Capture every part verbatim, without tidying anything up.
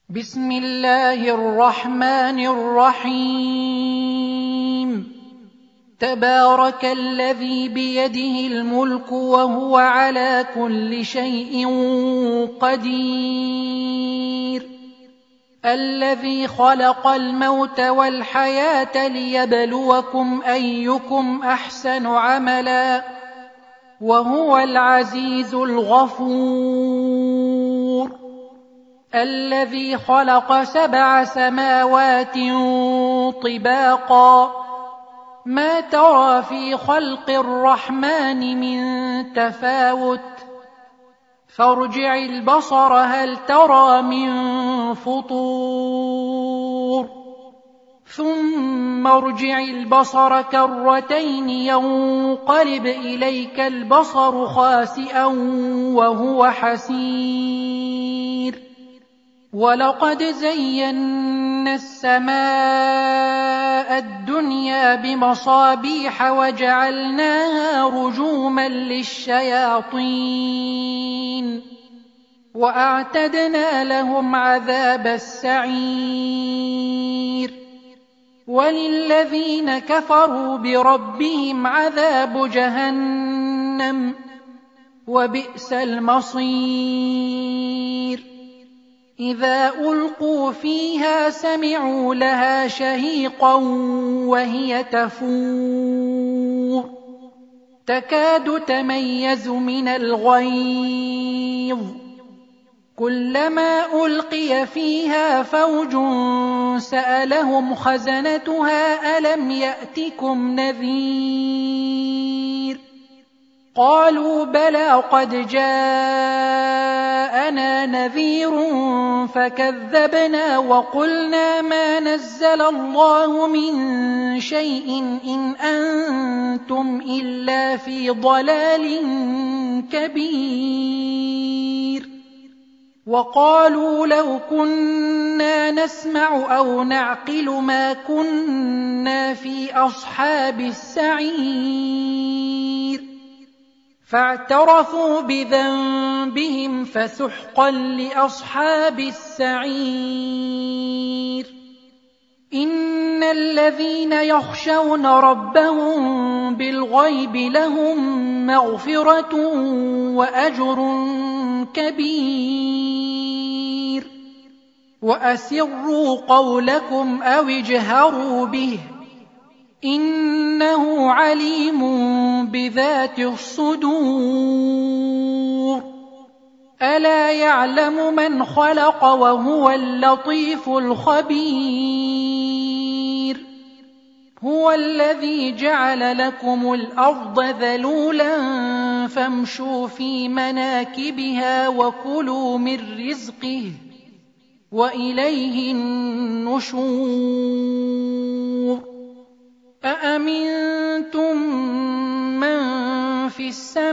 بسم الله الرحمن الرحيم. تبارك الذي بيده الملك وهو على كل شيء قدير، الذي خلق الموت والحياة ليبلوكم أيكم أحسن عملا، وهو العزيز الغفور. الذي خلق سبع سماوات طباقا، ما ترى في خلق الرحمن من تفاوت، فارجع البصر هل ترى من فطور، ثم ارجع البصر كرتين ينقلب إليك البصر خاسئا وهو حسير. ولقد زينا السماء الدنيا بمصابيح وجعلناها رجوما للشياطين، وأعتدنا لهم عذاب السعير. وللذين كفروا بربهم عذاب جهنم، وبئس المصير. إذا ألقوا فيها سمعوا لها شهيقا وهي تفور، تكاد تميز من الغيظ، كلما ألقي فيها فوج سألهم خزنتها ألم يأتكم نذير؟ قالوا بلى قد جاءنا نذير فكذبنا وقلنا ما نزل الله من شيء إن أنتم إلا في ضلال كبير. وقالوا لو كنا نسمع أو نعقل ما كنا في أصحاب السعير، فاعترفوا بذنبهم فسحقا لأصحاب السعير. إن الذين يخشون ربهم بالغيب لهم مغفرة وأجر كبير. وأسروا قولكم أو اجهروا به، إنه عليم بذات الصدور. ألا يعلم من خلق وهو اللطيف الخبير. هو الذي جعل لكم الأرض ذلولا فامشوا في مناكبها وكلوا من رزقه وإليه النشور. أأمنتم من في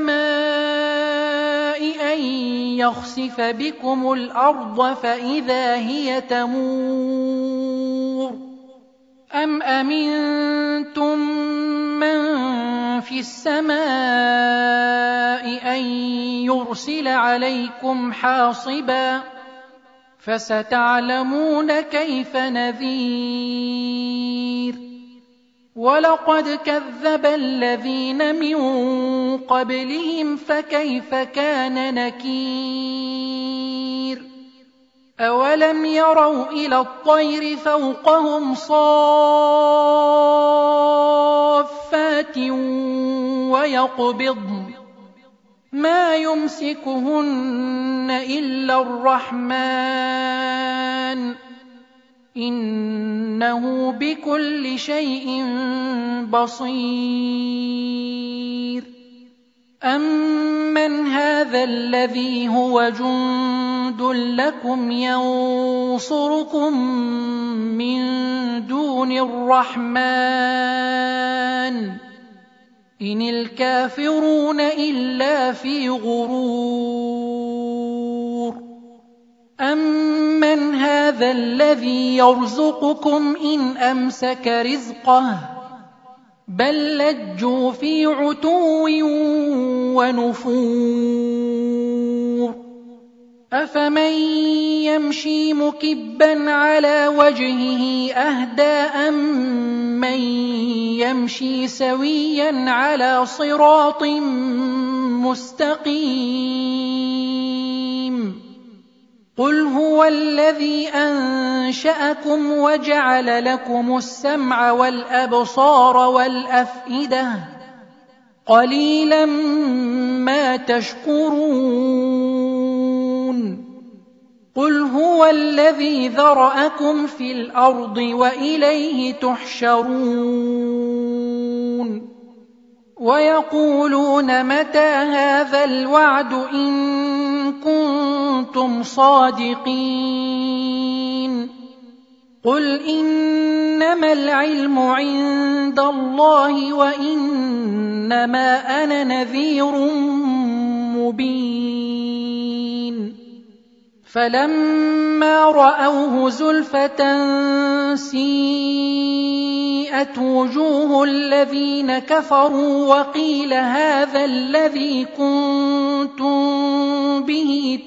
السماء أن يخسف بكم الأرض فإذا هي تمور، أم أمنتم من في السماء أن يرسل عليكم حاصبا، فستعلمون كيف نذير. ولقد كذب الذين من قبلهم فكيف كان نكير. أولم يروا إلى الطير فوقهم صافات ويقبضن ما يمسكهن إلا الرحمن، إنه بكل شيء بصير. أمن هذا الذي هو جند لكم ينصركم من دون الرحمن، إن الكافرون إلا في غرور. أمن هذا الذي يرزقكم إن أمسك رزقه، بل لجوا في عتو ونفور. أفمن يمشي مكبا على وجهه أهدى أمن يمشي سويا على صراط مستقيم قل هو الذي أنشأكم وجعل لكم السمع والأبصار والأفئدة قليلا ما تشكرون قل هو الذي ذرأكم في الأرض وإليه تحشرون ويقولون متى هذا الوعد إن كنتم صادقين قل إنما العلم عند الله وإنما أنا نذير مبين فلما رأوه زلفة سيئت وجوه الذين كفروا وقيل هذا الذي كنتم به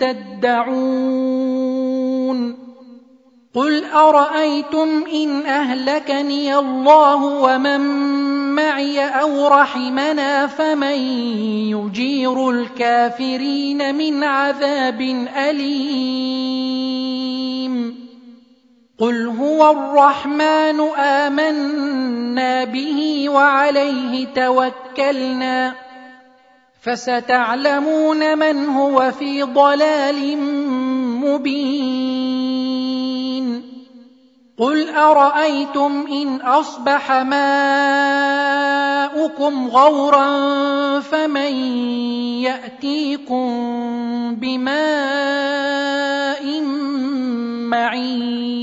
تدعون قل أرأيتم إن أهلكني الله ومن معي أو رحمنا فمن يجير الكافرين من عذاب أليم قل هو الرحمن آمنا به وعليه توكلنا فستعلمون من هو في ضلال مبين قل أرأيتم إن أصبح ماؤكم غورا فمن يأتيكم بماء معين